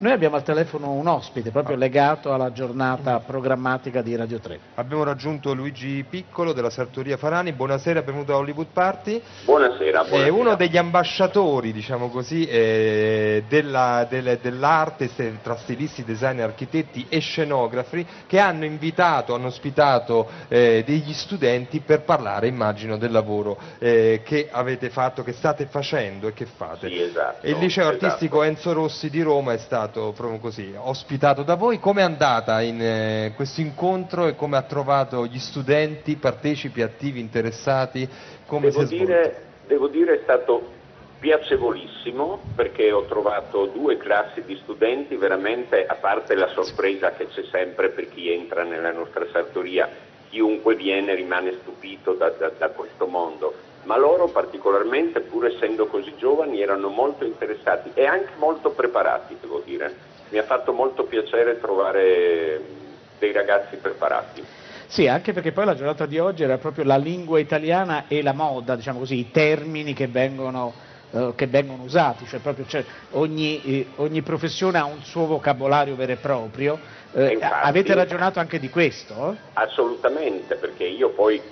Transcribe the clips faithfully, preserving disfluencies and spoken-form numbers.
Noi abbiamo al telefono un ospite proprio legato alla giornata programmatica di Radio tre. Abbiamo raggiunto Luigi Piccolo della Sartoria Farani. Buonasera, benvenuto a Hollywood Party. Buonasera, buonasera. È uno degli ambasciatori, diciamo così, eh, della, del, dell'arte tra stilisti, designer, architetti e scenografi che hanno invitato, hanno ospitato eh, degli studenti per parlare, immagino, del lavoro eh, che avete fatto, che state facendo e che fate. Sì, esatto. E il liceo esatto. artistico Enzo Rossi di Roma è stato proprio così, ospitato da voi. Come è andata in eh, questo incontro e come ha trovato gli studenti, partecipi, attivi, interessati? Come devo, si è dire, devo dire è stato piacevolissimo, perché ho trovato due classi di studenti veramente, a parte la sorpresa che c'è sempre per chi entra nella nostra sartoria, chiunque viene rimane stupito da, da, da questo mondo, ma loro particolarmente, pur essendo così giovani, erano molto interessati e anche molto preparati, devo dire. Mi ha fatto molto piacere trovare dei ragazzi preparati. Sì, anche perché poi la giornata di oggi era proprio la lingua italiana e la moda, diciamo così, i termini che vengono, eh, che vengono usati, cioè proprio cioè, ogni, eh, ogni professione ha un suo vocabolario vero e proprio. Eh, infatti, avete ragionato anche di questo? Assolutamente, perché io poi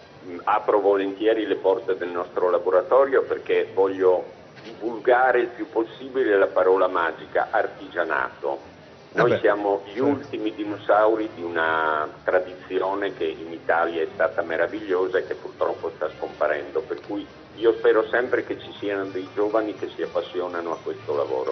apro volentieri le porte del nostro laboratorio perché voglio divulgare il più possibile la parola magica artigianato. Noi Vabbè, siamo gli certo. ultimi dinosauri di una tradizione che in Italia è stata meravigliosa e che purtroppo sta scomparendo, per cui io spero sempre che ci siano dei giovani che si appassionano a questo lavoro.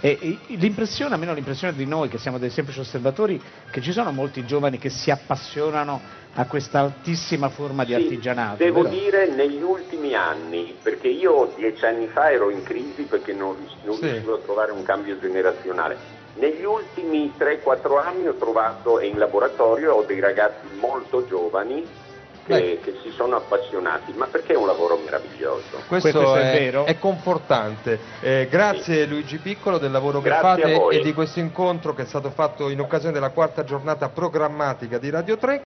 E l'impressione, almeno l'impressione di noi che siamo dei semplici osservatori, che ci sono molti giovani che si appassionano a questa altissima forma di sì, artigianato. Devo vero? dire negli ultimi anni, perché io dieci anni fa ero in crisi perché non, non sì. riuscivo a trovare un cambio generazionale. Negli ultimi tre quattro anni ho trovato, e in laboratorio ho dei ragazzi molto giovani che, che si sono appassionati, ma perché è un lavoro meraviglioso. Questo, Questo è, è vero. è confortante. Eh, grazie sì. Luigi Piccolo del lavoro che Grazie fate a voi. e di questo incontro che è stato fatto in occasione della quarta giornata programmatica di Radio tre.